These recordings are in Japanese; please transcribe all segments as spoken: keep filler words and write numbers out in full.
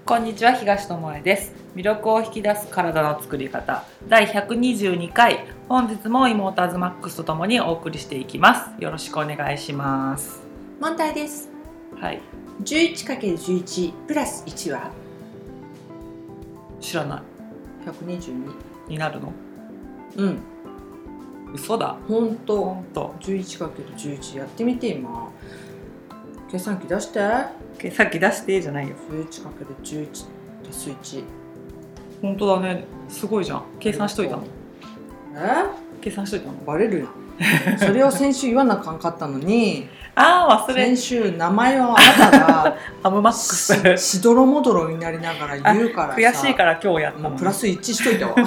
こんにちは、東智恵です。魅力を引き出す体の作り方だいひゃくにじゅうにかい、本日も妹アズマックスとともにお送りしていきます。よろしくお願いします。 問題です。 はい。 じゅういちかけるじゅういち プラスいちは知らない。 ひゃくにじゅうにになるの？ うん。 嘘だ。 ほんと。 ほんと。 じゅういちかけるじゅういちやってみて今。計算機出して。 計算機出してじゃないよ。 じゅういちかけるじゅういち足すいち。 ほんとだね。すごいじゃん。計算しといたの？ え？ 計算しといたの？ バレるよ。それを先週言わなあかんかったのに。 ああ、忘れ。 先週名前をあなたがアムマックスしどろもどろになりながら言うからさ。 悔しいから今日やったの。 もうプラスいちしといたわ。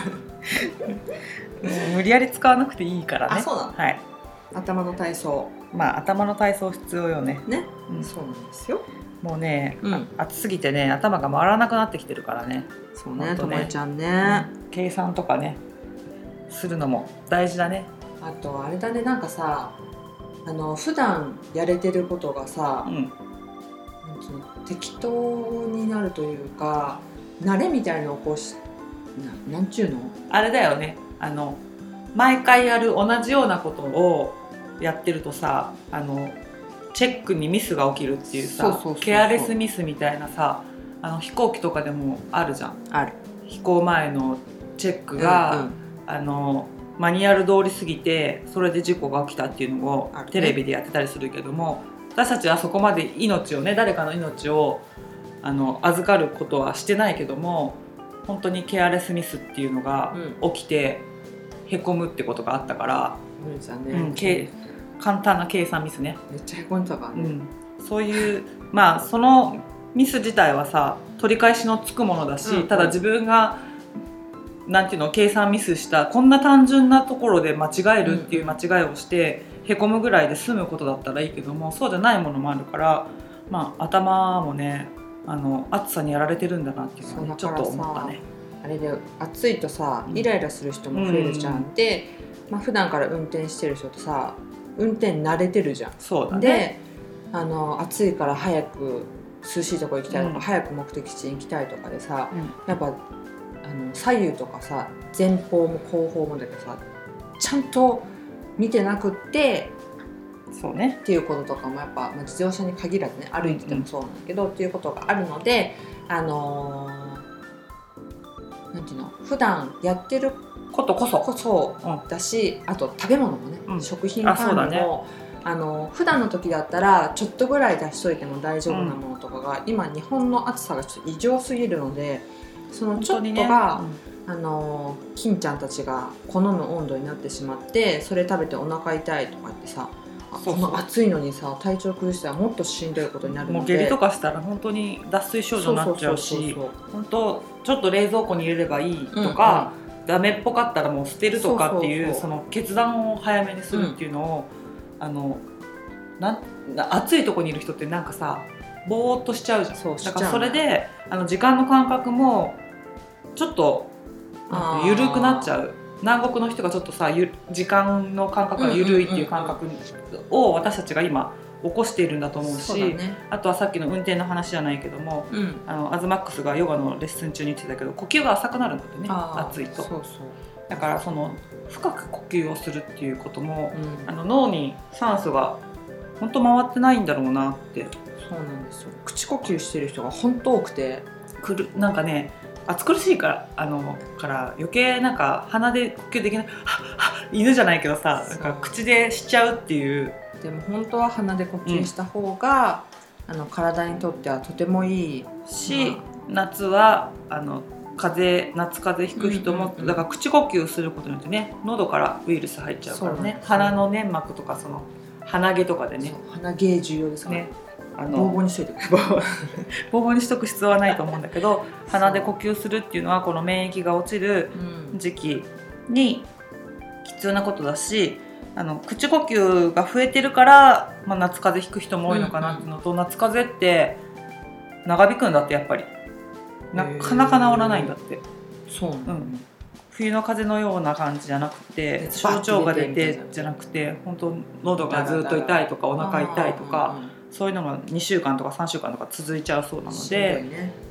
無理やり使わなくていいからね。 あ、そうなの。 はい。 頭の体操。 まあ頭の体操必要よね。 ね、 うん、 そうなんですよ。 もうね、 うん、 暑すぎてね、頭が回らなくなってきてるからね。 そうね、ともえちゃんね、 うん、計算とかねするのも大事だね。 あとあれだね、なんかさ、あの普段やれてることがさ、うん、なんつうの、適当になるというか、慣れみたいのをこうし な, なんちゅうのあれだよね、あの毎回やる同じようなことをやってるとさ、あのチェックにミスが起きるっていうさ、そうそうそうそう、ケアレスミスみたいなさ、あの飛行機とかでもあるじゃん。 ある。 飛行前のチェックが、うんうん、あのマニュアル通り過ぎてそれで事故が起きたっていうのをテレビでやってたりするけども、私たちはそこまで命をね、誰かの命をあの預かることはしてないけども、本当にケアレスミスっていうのが起きて、うん、へこむってことがあったから、 無理だね、 うん、け簡単な計算ミスね。 めっちゃへこんだからね、 うん、そういうまあそのミス自体はさ、取り返しのつくものだし、うんうん、ただ自分がなんていうの、計算ミスしたこんな単純なところで間違えるっていう間違いをしてへこむぐらいで済むことだったらいいけども、そうじゃないものもあるから、まあ頭もね、あの暑さにやられてるんだなっていうのは、ね、ちょっと思ったね。 あれで暑いとさ、イライラする人も増えるじゃん、うん、で、まあ、普段から運転してる人とさ、運転慣れてるじゃん。 そうだね。 で、あの暑いから早く涼しいとこ行きたいとか、うん、早く目的地に行きたいとかでさ、うん、やっぱあの左右とかさ、前方も後方もだけどさ、ちゃんと見てなくって、 そうね、 っていうこととかもやっぱ、まあ、自動車に限らずね、歩いててもそうなんだけど、うん、っていうことがあるので、あのー、なんていうの、普段やってることこそこそだし、うん、あと食べ物もね、うん、食品管理も、あの普段の時だったらちょっとぐらい出しといても大丈夫なものとかが、うん、今日本の暑さがちょっと異常すぎるので、そのちょっとが、ね、うん、あの金ちゃんたちが好む温度になってしまって、それ食べてお腹痛いとか言ってさ、そうそう、この暑いのにさ、体調崩したらもっとしんどいことになるので、 もう下痢とかしたら本当に脱水症状になっちゃうし、本当ちょっと冷蔵庫に入れればいいとか、うんうん、ダメっぽかったらもう捨てるとかっていう、その決断を早めにするっていうのを、うん、あのなん暑いとこにいる人ってなんかさ、ぼーっとしちゃうじゃん。そうだからそれであの時間の感覚もちょっと緩くなっちゃう。南国の人がちょっとさ、時間の感覚が緩いっていう感覚を私たちが今起こしているんだと思うし、う、ね、あとはさっきの運転の話じゃないけども、うん、あのアズマックスがヨガのレッスン中に言ってたけど、呼吸が浅くなるんだってね、暑いと。そうそう、だからその深く呼吸をするっていうことも、うん、あの脳に酸素が本当回ってないんだろうなって。 そうなんですよ。口呼吸してる人が本当多くて、 くるなんかね、暑苦しいからあのから余計なんか鼻で呼吸できない、はっはっ、犬じゃないけどさ、なんか口でしちゃうっていう。 でも本当は鼻で呼吸した方が、うん、あの体にとってはとてもいいし、まあ、夏はあの風邪夏風邪ひく人も、うんうんうん、だから口呼吸することによってね、喉からウイルス入っちゃうからね、鼻の粘膜とかその鼻毛とかでね、 鼻毛重要ですね。あのボーボーにしといてボーボーにしとく必要はないと思うんだけど、鼻で呼吸するっていうのはこの免疫が落ちる時期に必要なことだし、あの口呼吸が増えてるから、まあ、夏風邪ひく人も多いのかなっていうのと、うんうん、夏風邪って長引くんだって、やっぱりなかなか治らないんだって。 そう、うん、 冬の風邪のような感じじゃなくて、症状が出てじゃなくて、本当喉がずっと痛いとかお腹痛いとか、そういうのがにしゅうかんとかさんしゅうかんとか続いちゃうそうなので、ね、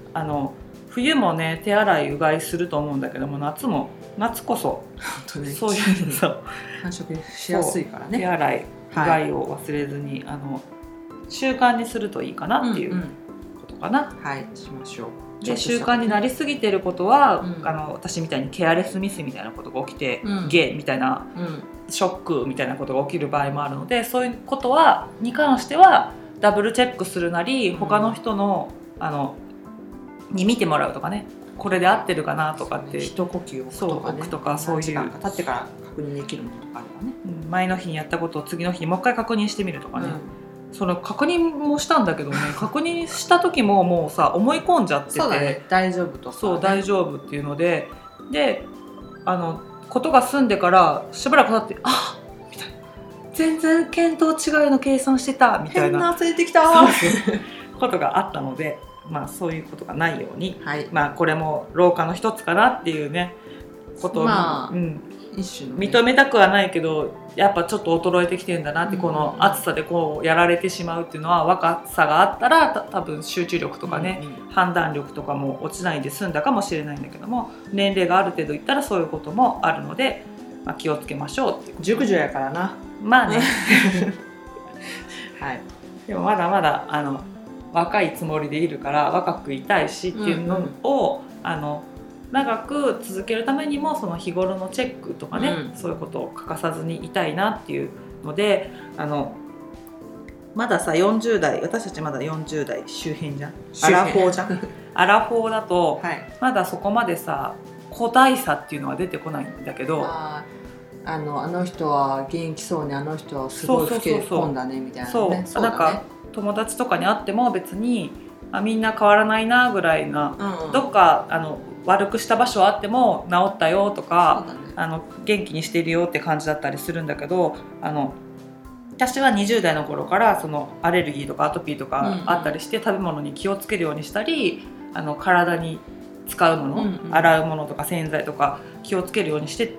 あの冬もね手洗いうがいすると思うんだけども、夏も夏こそ本当ね、 そういうそう繁殖しやすいからね。 手洗いうがいを忘れずに、はい、あの習慣にするといいかなっていうことかな。 うんうん、はいしましょう。 で習慣になりすぎてることは、 うん、 あの私みたいにケアレスミスみたいなことが起きて、 うん、 ゲイみたいな、うん、ショックみたいなことが起きる場合もあるので、そういうことはに関してはダブルチェックするなり、他の人の、あのに見てもらうとかね、これで合ってるかなとかって、 一呼吸置くとかね、 とかそういう時間が経ってから確認できるものとかあればね、 うん、前の日にやったことを次の日にもう一回確認してみるとかね、うん、その確認もしたんだけどね確認した時ももうさ思い込んじゃってて、 そうだね、大丈夫とか、ね、 そう大丈夫っていうので、であのことが済んでからしばらく経ってあみたいな、全然見当違いの計算してたみたいな、 変な連れてきたことがあったので、まあ、そういうことがないように、 はい、 まあ、これも老化の一つかなっていうねことを、 まあうん、 一種のね、 認めたくはないけどやっぱちょっと衰えてきてるんだなって、うん、この暑さでこうやられてしまうっていうのは、若さがあったらた多分集中力とかね、うんうん、判断力とかも落ちないで済んだかもしれないんだけども、年齢がある程度いったらそういうこともあるので、まあ、気をつけましょうっていう。 熟女やからな、 まあねはい、 でもまだまだあの若いつもりでいるから若くいたいしっていうのを、うんうん、あの長く続けるためにもその日頃のチェックとかね、うん、そういうことを欠かさずにいたいなっていうので、あのまださよんじゅう代、私たちまだよんじゅう代周辺じゃん、アラフォーじゃんアラフォーだと、はい、まだそこまでさ個体差っていうのは出てこないんだけど、 ああのあの人は元気そうね、あの人はすごい老け込んだねみたいなね、 そうそう、なんか友達とかに会っても別にあみんな変わらないなぐらいな、うんうん、どっかあの悪くした場所あっても治ったよとか、ね、あの元気にしてるよって感じだったりするんだけど、あの私はにじゅう代の頃からそのアレルギーとかアトピーとかあったりして、うんうん、食べ物に気をつけるようにしたり、あの体に使うもの、うんうん、洗うものとか洗剤とか気をつけるようにしてって、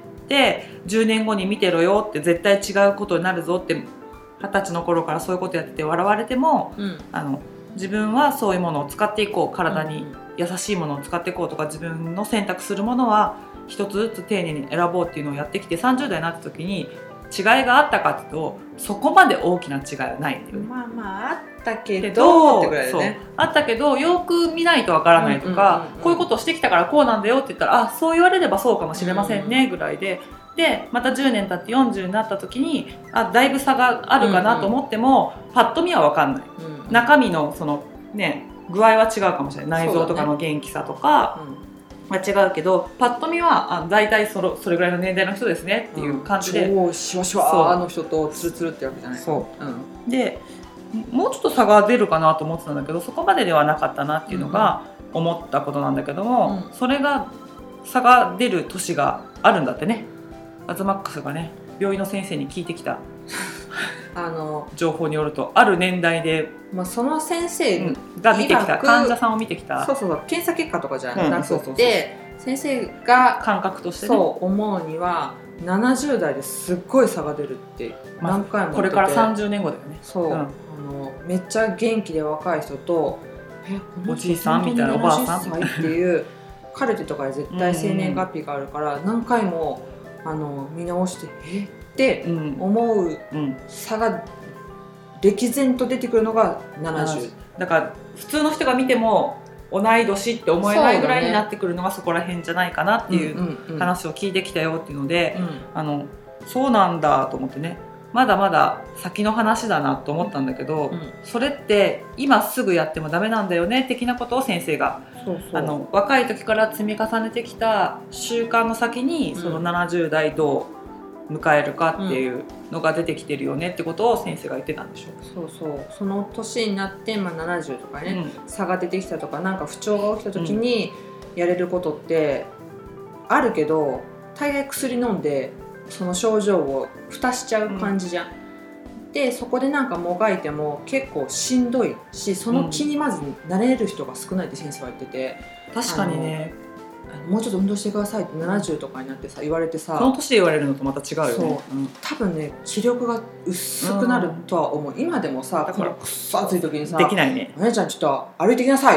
じゅうねんごに見てろよって、絶対違うことになるぞって、はたちの頃からそういうことやってて笑われても、うん、あの自分はそういうものを使っていこう、体に優しいものを使っていこうとか、自分の選択するものは一つずつ丁寧に選ぼうっていうのをやってきて、さんじゅう代になった時に違いがあったかっていうとそこまで大きな違いはないんだよね。 まあまああったけどってぐらいでね、 そうあったけどよく見ないとわからないとか、こういうことをしてきたからこうなんだよって言ったら、あそう言われればそうかもしれませんねぐらいで、でまたじゅうねん経ってよんじゅうになった時にあだいぶ差があるかなと思っても、うんうん、パッと見は分かんない、うんうん、中身のそのね具合は違うかもしれない、内臓とかの元気さとかは違うけど、パッと見はあ大体 そ, それぐらいの年代の人ですねっていう感じで、 うん、超シワシワの人とツルツルってわけじゃない。 そう、うん、でもうちょっと差が出るかなと思ってたんだけど、そこまでではなかったなっていうのが思ったことなんだけども、うん、それが差が出る年があるんだってね。アズマックスがね病院の先生に聞いてきたあの情報によると、ある年代で、 まあ、その先生が見てきた患者さんを見てきた、 そうそうそう、検査結果とかじゃなくて先生が感覚として、ね、 そう思うにはななじゅう代ですっごい差が出るって何回も言ってて、まあ、 これからさんじゅうねんごだよね。 そう、うん、あのめっちゃ元気で若い人とえこのおじいさんみたいなおばあさんななじゅっさいっていうカルテとかで絶対生年月日があるから何回もあの見直してえって思う差が歴然と出てくるのがななじゅう、 だから普通の人が見ても同い年って思えないぐらいになってくるのがそこら辺じゃないかなっていう話を聞いてきたよっていうので、うんうんうん、あのそうなんだと思ってね、まだまだ先の話だなと思ったんだけど、うん、それって今すぐやってもダメなんだよね的なことを先生がそうそうあの若い時から積み重ねてきた習慣の先にそのななじゅう代どう迎えるかっていうのが出てきてるよねってことを先生が言ってたんでしょ。 そうそう、その年になって、まあ、ななじゅうとかね、うん、差が出てきたとかなんか不調が起きた時にやれることってあるけど、大概薬飲んでその症状を蓋しちゃう感じじゃん、うん、でそこでなんかもがいても結構しんどいし、その気にまずなれる人が少ないって先生は言ってて、 うん、確かにね、 もうちょっと運動してくださいってななじゅうとかになってさ言われてさ、 この年で言われるのとまた違うよね。そう、 うん、多分ね気力が薄くなるとは思う、うん、今でもさだからくっそ暑い時にさできないね、 お姉ちゃんちょっと歩いてきなさいって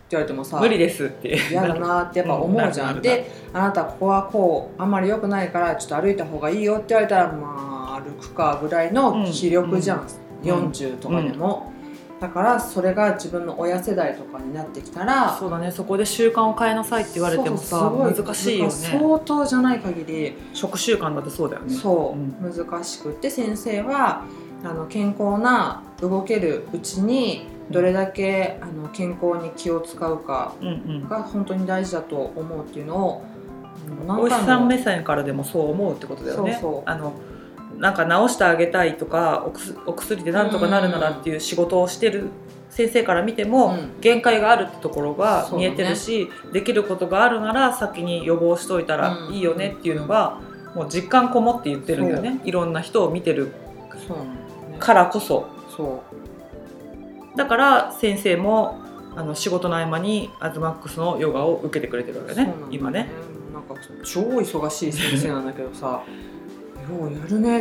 言われてもさ無理ですって嫌だなってやっぱ思うじゃん、うん、であなたここはこうあんまり良くないからちょっと歩いた方がいいよって言われたらまあ歩くかぐらいの気力じゃん、うん、よんじゅうとかでも、うん、だからそれが自分の親世代とかになってきたらそうだねそこで習慣を変えなさいって言われてもさ難しいよね相当じゃない限り食習慣だってそうだよねそう、うん、難しくって先生はあの健康な動けるうちにどれだけあの健康に気を使うかが本当に大事だと思うっていうのを、 うんうん、お医者さん目線からでもそう思うってことだよね。そうそうあのなんか治してあげたいとか お, くお薬でなんとかなるならっていう仕事をしてる先生から見ても、うん、限界があるってところが見えてるし、ね、できることがあるなら先に予防しといたらいいよねっていうのが、うん、もう実感こもって言ってるんだよね。いろんな人を見てるからこそ。そうだから先生もあの仕事の合間にアズマックスのヨガを受けてくれてるわけね、今ね。 なんか超忙しい先生なんだけどさようやるねって、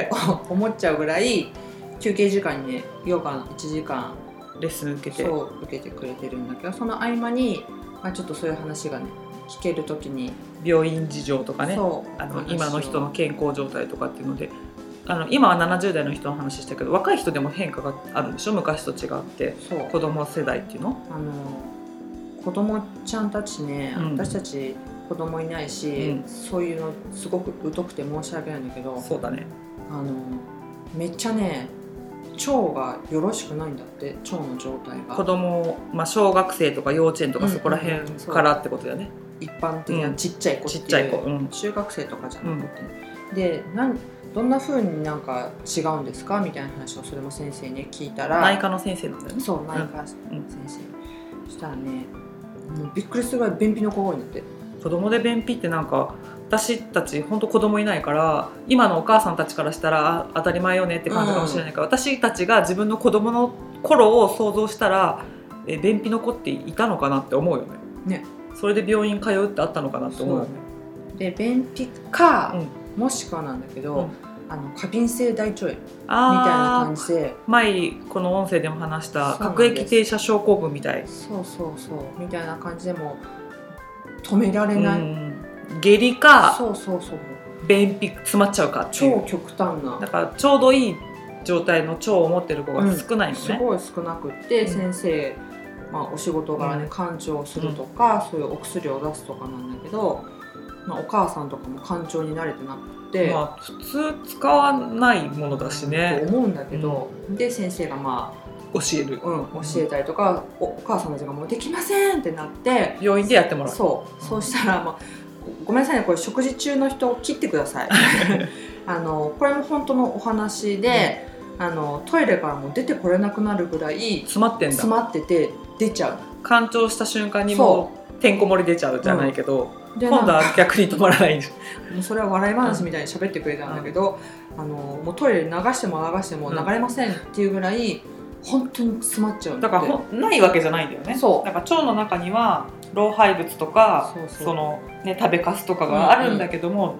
うん、思っちゃうぐらい休憩時間にねヨガのいちじかんレッスン受けてそう受けてくれてるんだけどその合間に、まあ、ちょっとそういう話がね聞けるときに病院事情とかねあの今の人の健康状態とかっていうのであの今はななじゅう代の人の話したけど若い人でも変化があるんでしょ昔と違って子供世代っていうのあの子供ちゃんたちね、うん、私たち子供いないし、うん、そういうのすごく疎くて申し訳ないんだけどそうだねあのめっちゃね腸がよろしくないんだって腸の状態が子供、まあ、小学生とか幼稚園とかそこら辺からってことだよね、 うん、一般的なちっちゃい子っていう、 ちっちゃい子、うん、 中学生とかじゃなくて、うん、でなんどんな風になんか違うんですかみたいな話をそれも先生に聞いたら内科の先生なんだよねそう内科先生、うん、そしたらねもうびっくりするぐらい便秘の子が多いんだって子供で便秘ってなんか私たち本当子供いないから今のお母さんたちからしたら当たり前よねって感じかもしれないから、うん、私たちが自分の子供の頃を想像したらえ便秘の子っていたのかなって思うよね。ねそれで病院通うってあったのかなって思うよね。 で便秘か、うん、もしくはなんだけど、うん、あの過敏性大腸炎みたいな感じで前この音声でも話した核液停車症候群みたいそうそうそうみたいな感じでも止められない、うん、 下痢かそうそうそう便秘詰まっちゃうかっていう超極端なだからちょうどいい状態の腸を持ってる子が少ないのね、うん、 すごい少なくって、うん、先生、まあ、お仕事柄ね肝腸するとか、うん、そういうお薬を出すとかなんだけど、まあ、お母さんとかも肝腸に慣れてなくて、 まあ、普通使わないものだしねと思うんだけど、うん、で先生がまあ教える、 うん、教えたりとか、お, お母さんたちがもうできませんってなって病院でやってもらうそう、うん、そうしたら、まあ、ごめんなさいねこれ食事中の人を切ってくださいあのこれも本当のお話で、うん、あのトイレからも出てこれなくなるぐらい詰まってんだ詰まってて出ちゃう干潮した瞬間にもうてんこ盛り出ちゃうじゃないけど、うん、今度は逆に止まらないんですもうそれは笑い話みたいに喋ってくれたんだけど、うん、あのもうトイレ流しても流しても流れませんっていうぐらい、本当に詰まっちゃうんだだからないわけじゃないんだよね。そうだから腸の中には老廃物とかそうそうその、ね、食べかすとかがあるんだけども、うんうん、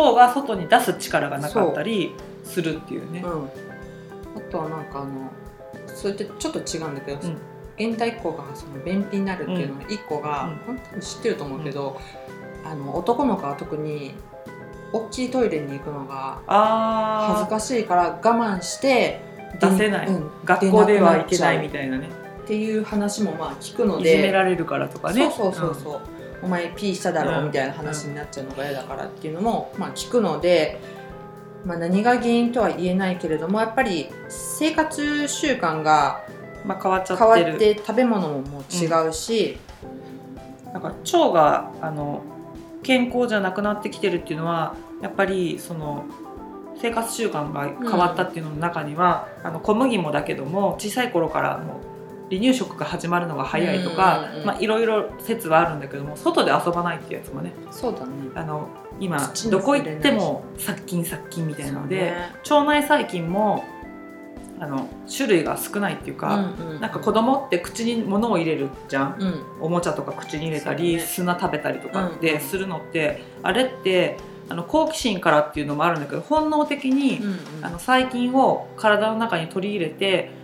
腸が外に出す力がなかったりするっていうね。う、うん、 あとはなんかあのそれってちょっと違うんだけど、うん、原体1個がその便秘になるっていうのがいっこが、うん、本当に知ってると思うけど、うん、あの男の子は特に大きいトイレに行くのが恥ずかしいから我慢して出せない、うん、学校では行けないみたいなねっていう話もまあ聞くのでいじめられるからとかねそうそうそうそう、うん、お前ピーしただろうみたいな話になっちゃうのが嫌だからっていうのもまあ聞くので、まあ、何が原因とは言えないけれどもやっぱり生活習慣がまあ変わっちゃってる変わって食べ物も違うし、 うん、なんか腸があの健康じゃなくなってきてるっていうのはやっぱりその生活習慣が変わったっていうのの中には、うん、あの小麦もだけども小さい頃からもう離乳食が始まるのが早いとか、うんうんうん、まあいろいろ説はあるんだけども外で遊ばないっていうやつもねそうだねあの今どこ行っても殺菌殺菌みたいなので、ね、腸内細菌もあの種類が少ないっていうか、うんうん、なんか子供って口に物を入れるじゃん、うん、おもちゃとか口に入れたり、ね、砂食べたりとかってするのって、うんうん、あれってあの好奇心からっていうのもあるんだけど本能的に、うんうん、あの細菌を体の中に取り入れて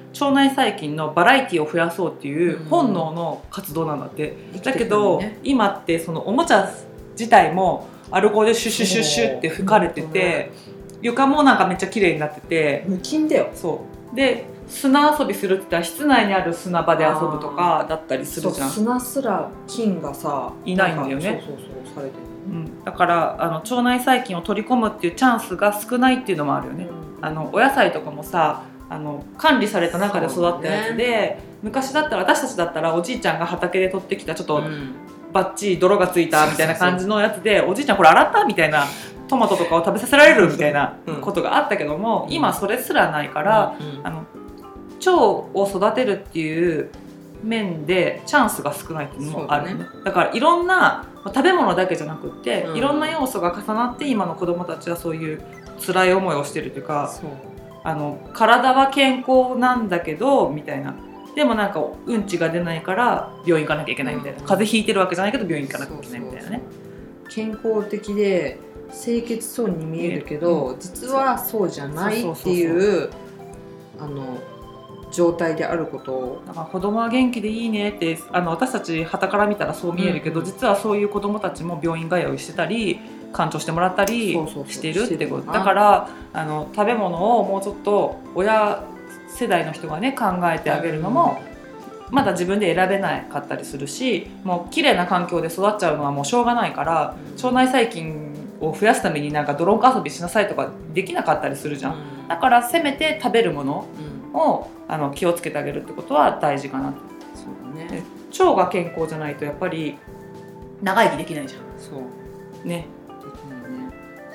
腸内細菌のバラエティを増やそうっていう本能の活動なんだって、うん、だけど、ね、今ってそのおもちゃ自体もアルコールでシュシュシュシュって吹かれてて、床もなんかめっちゃ綺麗になってて無菌だよ。 そうで砂遊びするって言ったら室内にある砂場で遊ぶとかだったりするじゃん。 砂すら菌がさいないんだよね。 そうそうそうされてる、 うん、だからあの腸内細菌を取り込むっていうチャンスが少ないっていうのもあるよね、うん、あのお野菜とかもさあの管理された中で育ったやつで、ね、昔だったら私たちだったらおじいちゃんが畑で取ってきたちょっとバッチリ泥がついたみたいな感じのやつで、おじいちゃんこれ洗ったみたいなトマトとかを食べさせられるみたいなことがあったけども、うん、今それすらないから、うんうん、あの腸を育てるっていう面でチャンスが少ないっていうのもある、ね、だね。だからいろんな食べ物だけじゃなくって、うん、いろんな要素が重なって今の子どもたちはそういう辛い思いをしてるというか、そうあの体は健康なんだけどみたいな、でもなんかうんちが出ないから病院行かなきゃいけないみたいな、うん、風邪ひいてるわけじゃないけど病院行かなきゃいけないみたいなね。 健康的で清潔そうに見えるけど、うん、実はそうじゃないっていうあの状態であることを、 だから子供は元気でいいねってあの私たち傍から見たらそう見えるけど、うん、実はそういう子供たちも病院通いしてたり干潮してもらったりしてるってことだから、あの食べ物をもうちょっと親世代の人がね考えてあげるのも、うん、まだ自分で選べなかったりするし、もう綺麗な環境で育っちゃうのはもうしょうがないから、うん、腸内細菌を増やすためになんかドロンコ遊びしなさいとかできなかったりするじゃん、うん、だからせめて食べるものを、うん、あの気をつけてあげるってことは大事かな。 そうだね。 腸が健康じゃないとやっぱり長生きできないじゃん。 そうね。 できないね。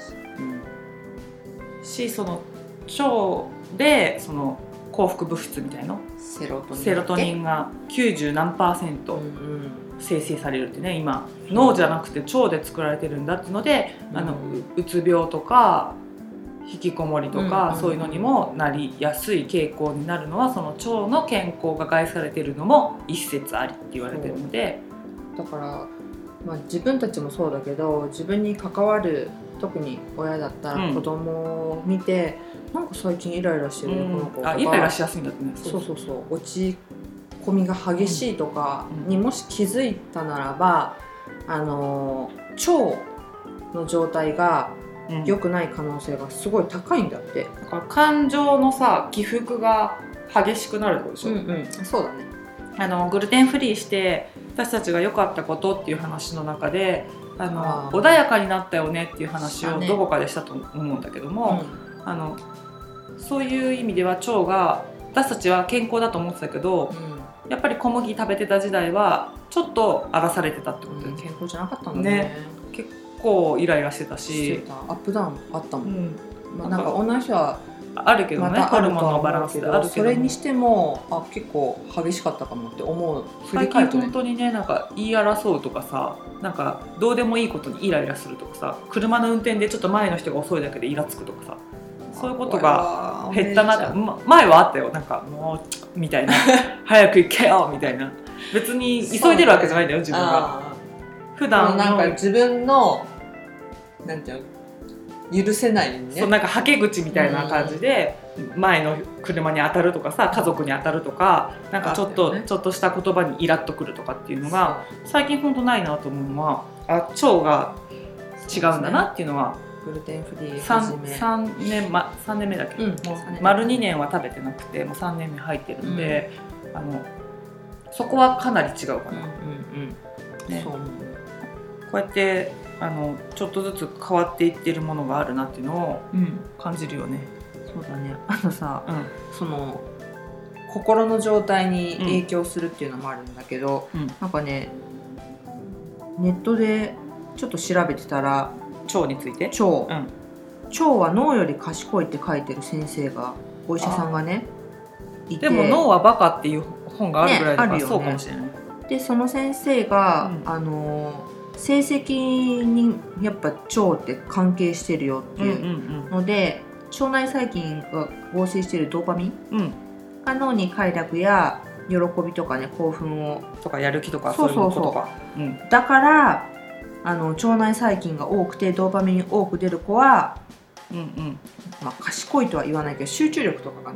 うん。しその腸でその幸福物質みたいなセロトニン、 セロトニンがきゅうじゅうなんパーセント生成されるってね、今脳じゃなくて腸で作られてるんだっていうので、うん、あのうつ病とか引きこもりとか、うん、そういうのにもなりやすい傾向になるのはその腸の健康が害されているのも一説ありって言われてるので、 だから、まあ、自分たちもそうだけど自分に関わる特に親だったら子供を見て、うん、なんか最近イライラしてるね、うん、この子とか、 あイライラしやすいんだってね。 そうそうそう落ち込みが激しいとかにもし気づいたならば、うん、あの腸の状態が良くない可能性がすごい高いんだって、 だから感情のさ起伏が激しくなるってことでしょ、 うんうん、そうだね。 あのグルテンフリーして私たちが良かったことっていう話の中であのあ穏やかになったよねっていう話をどこかでしたと思うんだけども、うん、あのそういう意味では腸が私たちは健康だと思ってたけど、うん、やっぱり小麦食べてた時代はちょっと荒らされてたってことで、うん、 健康じゃなかったんだね。 ね、結構イライラしてたししてたアップダウンあったもん、うんまあ、なんか同じ人はあるけどね、ホルモンのバランスであるけど、 それにしてもあ結構激しかったかもって思う。 最近本当にね、なんか言い争うとかさ、なんかどうでもいいことにイライラするとかさ、車の運転でちょっと前の人が遅いだけでイラつくとかさ、そういうことが減ったなって、ま、前はあったよ。なんかもうみたいな早く行けよみたいな、別に急いでるわけじゃないんだよ自分が。普段なんか自分のなんていうの許せないね。 そうなんかはけ口みたいな感じで前の車に当たるとかさ、家族に当たるとか、なんかちょっと、ね、ちょっとした言葉にイラッとくるとかっていうのが最近本当ないなと思うのは、あ腸が違うんだなっていうのは。 グルテンフリー 3, 3, 年、ま、さんねんめだっけ、うん、もう丸にねんは食べてなくてもうさんねんめ入ってるんで、うん、あのそこはかなり違うかな、うんうんうんね、そうこうやってあのちょっとずつ変わっていってるものがあるなっていうのを感じるよね、 うん、そうだね。あのさ、うん、その心の状態に影響するっていうのもあるんだけど、うん、なんかねネットでちょっと調べてたら腸について腸、うん、腸は脳より賢いって書いてる先生がお医者さんがねいて、 でも脳はバカっていう本があるぐらいだから、ね、そうかもしれない。 でその先生が、うん、あの成績にやっぱ腸って関係してるよっていうので、うんうんうん、腸内細菌が合成しているドーパミン、うん、が脳に快楽や喜びとかね興奮をとかやる気とかそういうことか、 うん、だからあの腸内細菌が多くてドーパミン多く出る子は、うんうんまあ、賢いとは言わないけど集中力とかがね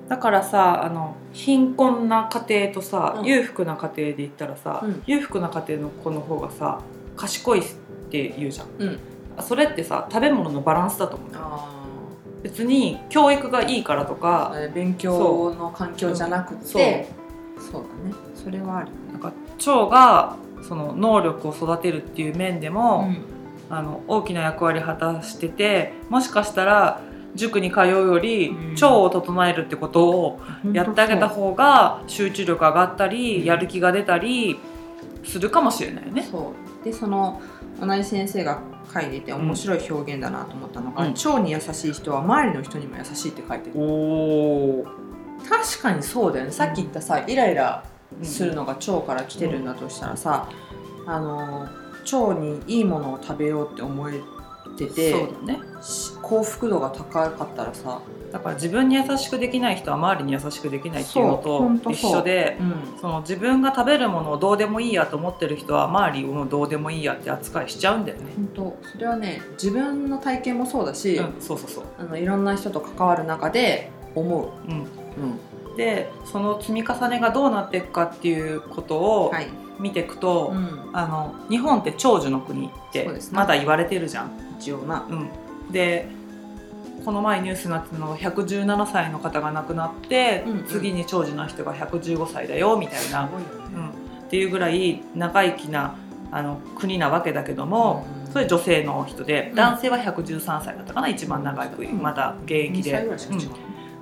だからさ、あの貧困な家庭とさ、うん、裕福な家庭で言ったらさ、うん、裕福な家庭の子の方がさ賢いって言うじゃん、うん、それってさ食べ物のバランスだと思う。あ、別に教育がいいからとか勉強の環境じゃなくて、そう、そうだね、それはある。 なんか腸がその能力を育てるっていう面でも、うん、あの大きな役割を果たしてて、もしかしたら塾に通うより腸を整えるってことをやってあげた方が集中力上がったり、うん、やる気が出たりするかもしれないよね。 そうで、その同じ先生が書いていて面白い表現だなと思ったのが、うん、腸に優しい人は周りの人にも優しいって書いてる。お、確かにそうだよね。さっき言ったさ、イライラするのが腸から来てるんだとしたらさ、うん、あの腸にいいものを食べようって思えてて、そうだね、幸福度が高かったらさ、 だから自分に優しくできない人は周りに優しくできないっていうのと一緒で、そ, う、うん、その自分が食べるものをどうでもいいやと思ってる人は周りをどうでもいいやって扱いしちゃうんだよね。 本当、それはね、自分の体験もそうだし、うん、そうそうそう、あのいろんな人と関わる中で思う、うんうん、でその積み重ねがどうなっていくかっていうことを見ていくと、はい、うん、あの日本って長寿の国ってまだ言われてるじゃん、 一応な、うん、 でこの前ニュースになってたのはひゃくじゅうななさいの方が亡くなって、うんうん、次に長寿の人がひゃくじゅうごさいだよみたいな、ね、うん、っていうぐらい長生きなあの国なわけだけども、うん、それ女性の人で、うん、男性はひゃくじゅうさんさいだったかな、一番長く、うん、まだ現役で、うん、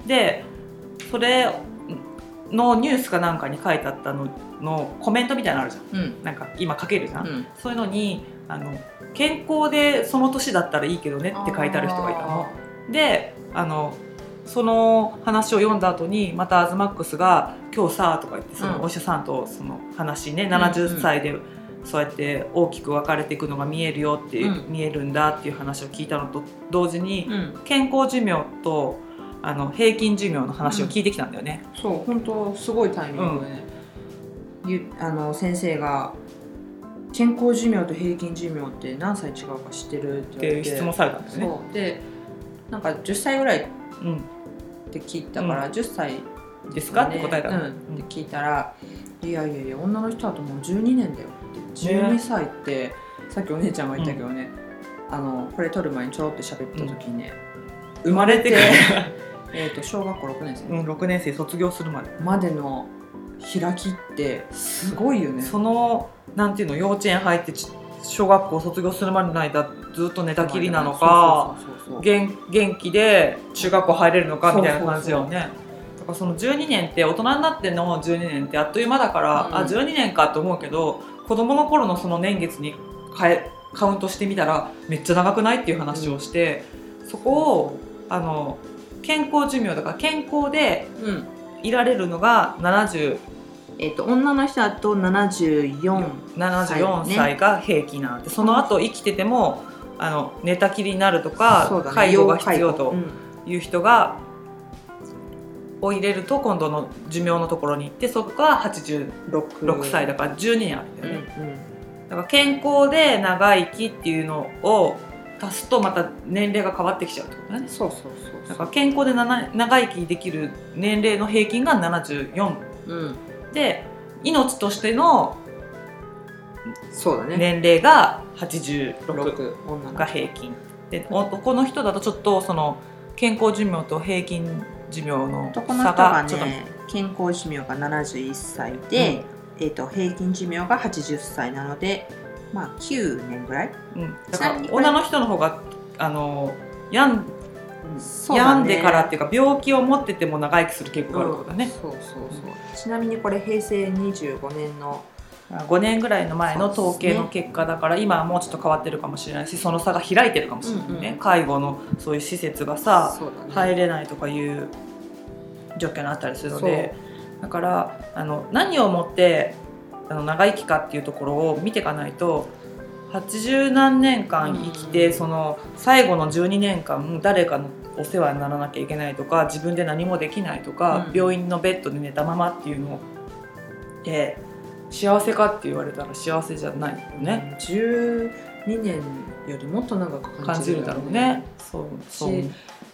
でそれのニュースかなんかに書いてあったののコメントみたいなのあるじゃん、うん、なんか今書けるじゃん、うん、そういうのにあの健康でその年だったらいいけどねって書いてある人がいたので、あのその話を読んだ後にまたアズマックスが今日さとか言ってそのお医者さんとその話ね、うん、ななじゅっさいでそうやって大きく分かれていくのが見えるよっていう、うん、見えるんだっていう話を聞いたのと同時に、うん、健康寿命とあの平均寿命の話を聞いてきたんだよね、 うん、そう本当すごいタイミングでね、うん、あの先生が健康寿命と平均寿命って何歳違うか知ってるって言われて質問されたんですね。 そうでなんかじゅっさいぐらいって聞いたから、うん、じゅっさいですか、ね、って答えたの、うん、 って聞いたら、いやいやいや女の人だともうじゅうにねんだよってじゅうにさいってさっきお姉ちゃんが言ったけどね、うん、あのこれ撮る前にちょろって喋った時にね、 うん、生まれてえと小学校ろくねん生、 うん、ろくねん生卒業するまでまでの開きってすごいよね。 そのなんていうの、幼稚園入って小学校卒業するまでの間ずっと寝たきりなのか元気で中学校入れるのかみたいな感じよね。だからそのじゅうにねんって大人になってのじゅうにねんってあっという間だから、うん、あじゅうにねんかと思うけど子供の頃のその年月にカウントしてみたらめっちゃ長くないっていう話をして、うん、そこをあの健康寿命だから健康でいられるのがななじゅう、 えー、と女の人だとななじゅうよんさい、 ななじゅうよんさいが平均なんで、その後生きててもあの寝たきりになるとか、ね、介護が必要という人が、うん、を入れると今度の寿命のところに行って、そこがはちじゅうろくさいだからじゅうにねんあるんだよね、うんうん、だから健康で長生きっていうのを足すとまた年齢が変わってきちゃうってことだね。 そうそうそうそう。 だから健康でなな長生きできる年齢の平均がななじゅうよん、うん、で命としての年齢がはちじゅうろくが平均で、男の人だとちょっとその健康寿命と平均寿命の差がちょっと、ね、 健康寿命がななじゅういっさいで、うん、えー、と平均寿命がはちじゅっさいなので、まあ、きゅうねんぐらい、 うん、だから女の人の方があの病ん、病んでからっていうか病気を持ってても長生きする傾向があることだね、うん、そうそうそう、うん、 ちなみにこれ平成にじゅうごねんのごねんぐらいの前の統計の結果だから、ね、今はもうちょっと変わってるかもしれないし、その差が開いてるかもしれないね、うんうん、介護のそういう施設がさ、ね、入れないとかいう状況にあったりするので、だからあの何をもってあの長生きかっていうところを見ていかないと、はちじゅうなんねんかん生きて、うん、その最後のじゅうにねんかん誰かのお世話にならなきゃいけないとか、自分で何もできないとか、うん、病院のベッドで寝たままっていうので幸せかって言われたら幸せじゃないよね、 うん、じゅうにねんよりもっと長く感じるだろうね。 そうそう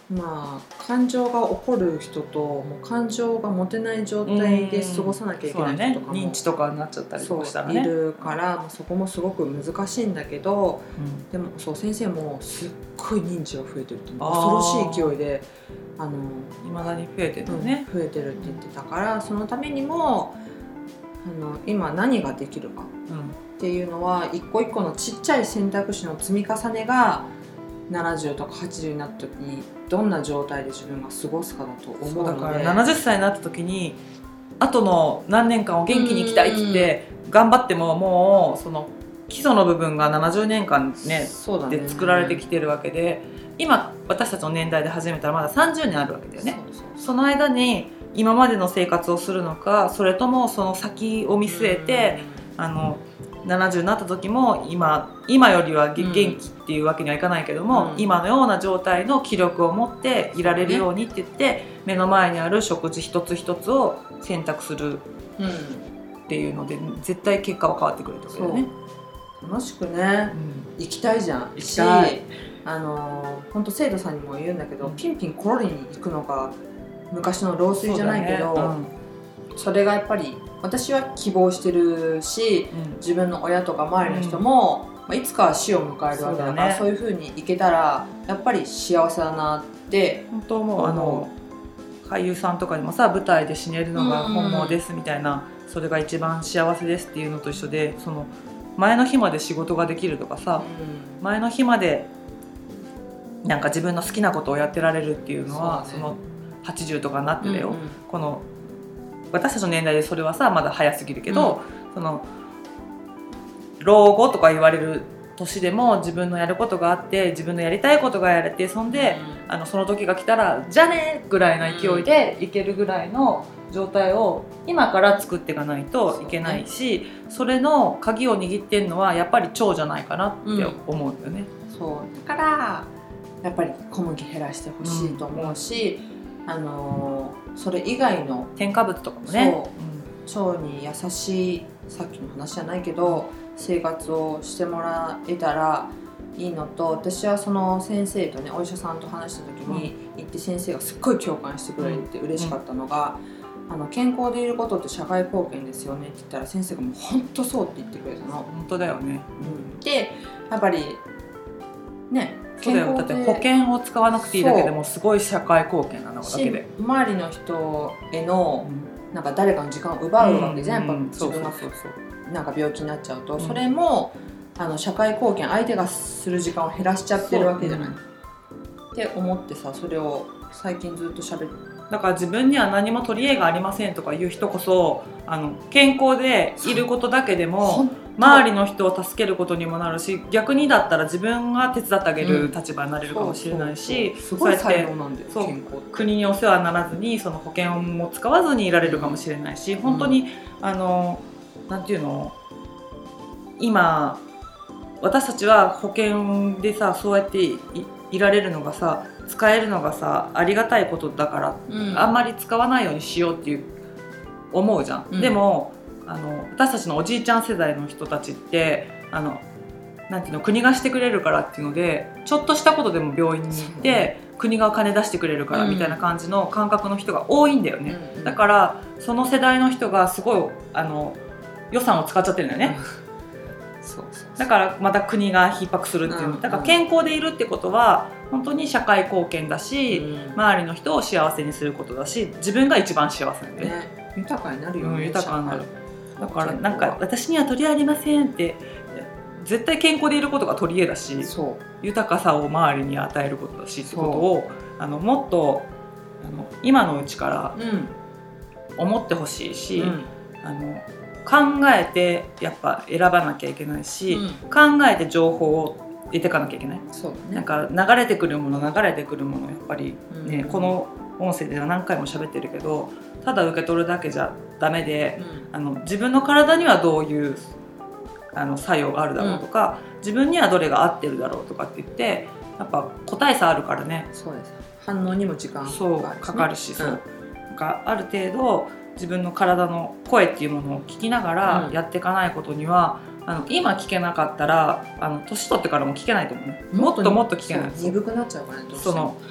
まあ感情が起こる人ともう感情が持てない状態で過ごさなきゃいけない人とかも、 ね、認知とかになっちゃったりとかしたらねいるから、まあ、そこもすごく難しいんだけど、うん、でもそう先生もすっごい認知が増えてるって恐ろしい勢いであの未だに増えてるね、 うん、増えてるって言ってたからそのためにもあの今何ができるかっていうのは、うん、一個一個のちっちゃい選択肢の積み重ねがななじゅうとかはちじゅうになった時にどんな状態で自分が過ごすかだと思うので、 だからななじゅっさいになった時にあとの何年間を元気に生きたいって言って頑張ってももうその基礎の部分がななじゅうねんかん、ねね、で作られてきてるわけで今私たちの年代で始めたらまださんじゅうねんあるわけだよね。そうそうそう、その間に今までの生活をするのかそれともその先を見据えてあのななじゅうになった時も 今, 今よりは元気っていうわけにはいかないけども、うん、今のような状態の気力を持っていられるようにって言って、ね、目の前にある食事一つ一つを選択するっていうので、うん、絶対結果は変わってくると思うよね。 楽しくね、うん、行きたいじゃん行きたい。 あの本当生徒さんにも言うんだけど、うん、ピンピンコロリに行くのが昔の老衰じゃないけど そ,、ねうん、それがやっぱり私は希望してるし、うん、自分の親とか周りの人も、うんまあ、いつかは死を迎えるわけだから そう,、ね、そういう風にいけたらやっぱり幸せだなって本当もうあの俳優さんとかにもさ舞台で死ねるのが本望ですみたいな、うん、それが一番幸せですっていうのと一緒でその前の日まで仕事ができるとかさ、うん、前の日までなんか自分の好きなことをやってられるっていうのは そ,、ね、そのはちじゅうとかになってたよ、うんうん、この私たちの年代でそれはさまだ早すぎるけど、うん、その老後とか言われる年でも自分のやることがあって自分のやりたいことがやれてそんで、うん、あのその時が来たらじゃあねぐらいの勢いでいけるぐらいの状態を今から作っていかないといけないし、そ, ね、それの鍵を握ってるのはやっぱり腸じゃないかなって思うんだよね、 うん、そうだからやっぱり小麦減らしてほしいと思うし、うん、あのー、それ以外の添加物とかもねそう、うん、腸に優しいさっきの話じゃないけど生活をしてもらえたらいいのと私はその先生とねお医者さんと話した時に行って先生がすっごい共感してくれて嬉しかったのが、うん、あの健康でいることって社会貢献ですよねって言ったら先生がもう本当そうって言ってくれたの。 本当だよね、 うん、でやっぱりねそうだよだって保険を使わなくていいだけでもすごい社会貢献なのだけで周りの人への、うん、なんか誰かの時間を奪うわけじゃん、うん、やっぱ自分がなんか病気になっちゃうと、うん、それもあの社会貢献相手がする時間を減らしちゃってるわけじゃない、うん、って思ってさそれを最近ずっと喋る。 だから自分には何も取り柄がありませんとかいう人こそあの健康でいることだけでも周りの人を助けることにもなるし逆にだったら自分が手伝ってあげる立場になれるかもしれないし、 そうやって国にお世話にならずにその保険も使わずにいられるかもしれないし、うん、本当にあのなんていうの今私たちは保険でさそうやって い, いられるのがさ使えるのがさありがたいことだから、うん、あんまり使わないようにしようっていう思うじゃん、うん、でもあの私たちのおじいちゃん世代の人たちってあのなんていうの国がしてくれるからっていうのでちょっとしたことでも病院に行って国が金出してくれるからみたいな感じの感覚の人が多いんだよね、うん、だからその世代の人がすごいあの予算を使っちゃってるんだよね、うん、そうそうそうだからまた国が逼迫するっていう、うん、だから健康でいるってことは本当に社会貢献だし、うん、周りの人を幸せにすることだし自分が一番幸せなんだよね、 ね豊かになるよね、 うん、豊かになるだからなんか私には取りありませんって絶対健康でいることが取り柄だし豊かさを周りに与えることだしってことをあのもっとあの今のうちから思ってほしいし、うん、あの考えてやっぱ選ばなきゃいけないし、うん、考えて情報を入れていかなきゃいけない。そうだね、なんか流れてくるもの流れてくるものやっぱりね、うん、この音声では何回も喋ってるけどただ受け取るだけじゃダメで、うん、あの自分の体にはどういうあの作用があるだろうとか、うん、自分にはどれが合ってるだろうとかって言ってやっぱ個体差あるからね。 そうです。反応にも時間がかかるし、ね、 そうかかるし、そう、うん、なんかある程度自分の体の声っていうものを聞きながらやっていかないことには、うん、あの今聞けなかったらあの年取ってからも聞けないと思うね。もっともっと聞けない。 鈍くなっちゃうからね。 その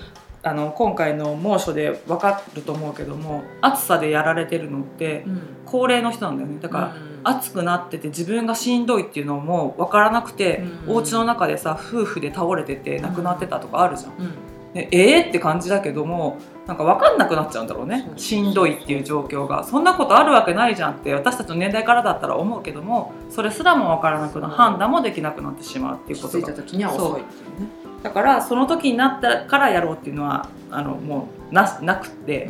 あの今回の猛暑で分かると思うけども、暑さでやられてるのって高齢の人なんだよね。だから、うん、暑くなってて自分がしんどいっていうのも分からなくて、うん、お家の中でさ夫婦で倒れてて亡くなってたとかあるじゃん、うん、でえーって感じだけども、なんか分かんなくなっちゃうんだろうね。しんどいっていう状況がそんなことあるわけないじゃんって私たちの年代からだったら思うけども、それすらも分からなくな判断もできなくなってしまうっていうことが、 気づいた時には遅いっていうね。 だからその時になったからやろうっていうのはあのもう な, なくて、うん、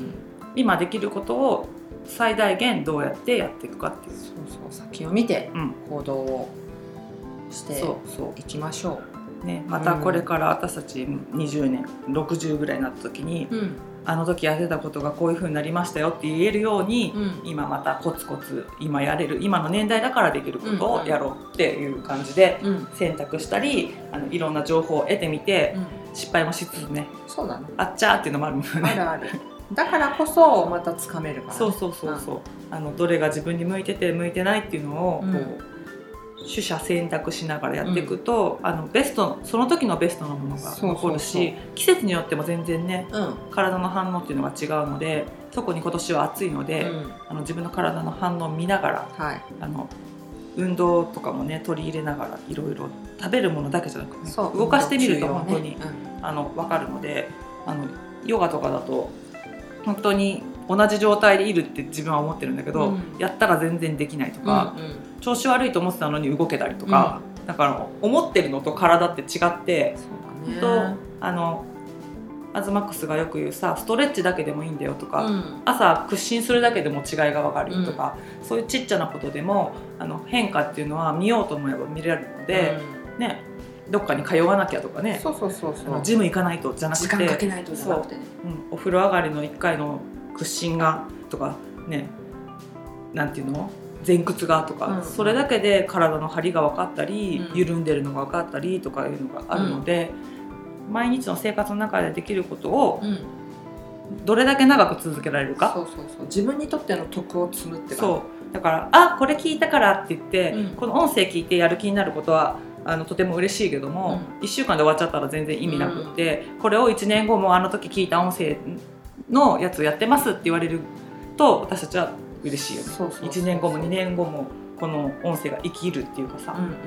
今できることを最大限どうやってやっていくかっていう、 そうそう、先を見て行動をしていきましょう、 ね、またこれから私たちにじゅうねんろくじゅうぐらいになった時に、うん、あの時やってたことがこういう風になりましたよって言えるように、うん、今またコツコツ今やれる今の年代だからできることをやろうっていう感じで選択したり、あのいろんな情報を得てみて、うん、失敗もしつつね、 そうだね、 あっちゃーっていうのもあるもんね。 あるある。だからこそまたつかめるから、ね、 そうそうそうそう、うん、あのどれが自分に向いてて向いてないっていうのをこう、うん、取捨選択しながらやっていくと、うん、あのベストその時のベストなものが残るし、そうそうそう、季節によっても全然ね、うん、体の反応っていうのが違うので、特に今年は暑いので、うん、あの自分の体の反応を見ながら、はい、あの運動とかもね取り入れながらいろいろ食べるものだけじゃなくて、ね、動かしてみると本当に、ね、うん、あの分かるので、あのヨガとかだと本当に同じ状態でいるって自分は思ってるんだけど、うん、やったら全然できないとか、うんうん、調子悪いと思ってたのに動けたりとか、うん、だから思ってるのと体って違って、そうだね、本当あのアズマックスがよく言うさ、ストレッチだけでもいいんだよとか、うん、朝屈伸するだけでも違いが分かるよとか、うん、そういうちっちゃなことでもあの変化っていうのは見ようと思えば見れるので、うん、ね、どっかに通わなきゃとかね、 そうそうそうそう、 ジム行かないとじゃなくて、 時間かけないとじゃなくてね、 うん、お風呂上がりのいっかいの屈伸がとかね、なんていうの前屈がとか、うん、それだけで体の張りが分かったり、うん、緩んでるのが分かったりとかいうのがあるので、うん、毎日の生活の中でできることをどれだけ長く続けられるか、 そうそうそう、自分にとっての徳を積むって感じ。 そうだから、あ、これ聞いたからって言って、うん、この音声聞いてやる気になることはあのとても嬉しいけども、うん、いっしゅうかんで終わっちゃったら全然意味なくって、うん、これをいちねんごもあの時聞いた音声のやつをやってますって言われると私たちは嬉しいよね。そうそうそうそう、いちねんごもにねんごもこの音声が生きるっていうかさ、うんうん、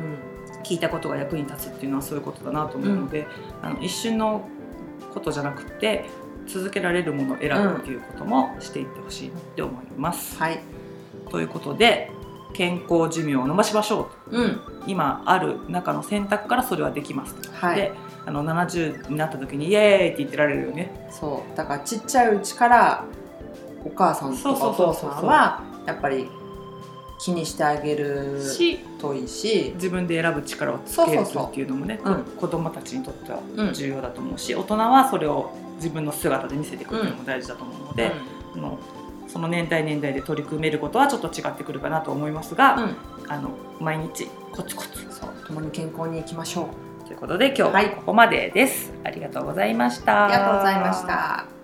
聞いたことが役に立つっていうのはそういうことだなと思うので、うん、あの一瞬のことじゃなくて続けられるものを選ぶっていうこともしていってほしいって思います、うん、はい、ということで健康寿命を伸ばしましょうと、うん、今ある中の選択からそれはできますと、はい、であのななじゅうになった時にイエーイって言ってられるよね。 そうだからちっちゃいうちからお母さんとかお父さんはやっぱり気にしてあげるといいし、 自分で選ぶ力をつけるっていうのもね、そうそうそう、うん、子供たちにとっては重要だと思うし、うん、大人はそれを自分の姿で見せていくっていうのも大事だと思うので、うん、あのその年代年代で取り組めることはちょっと違ってくるかなと思いますが、うん、あの毎日コツコツそう共に健康にいきましょうということで今日はここまでです、はい、ありがとうございました。 ありがとうございました。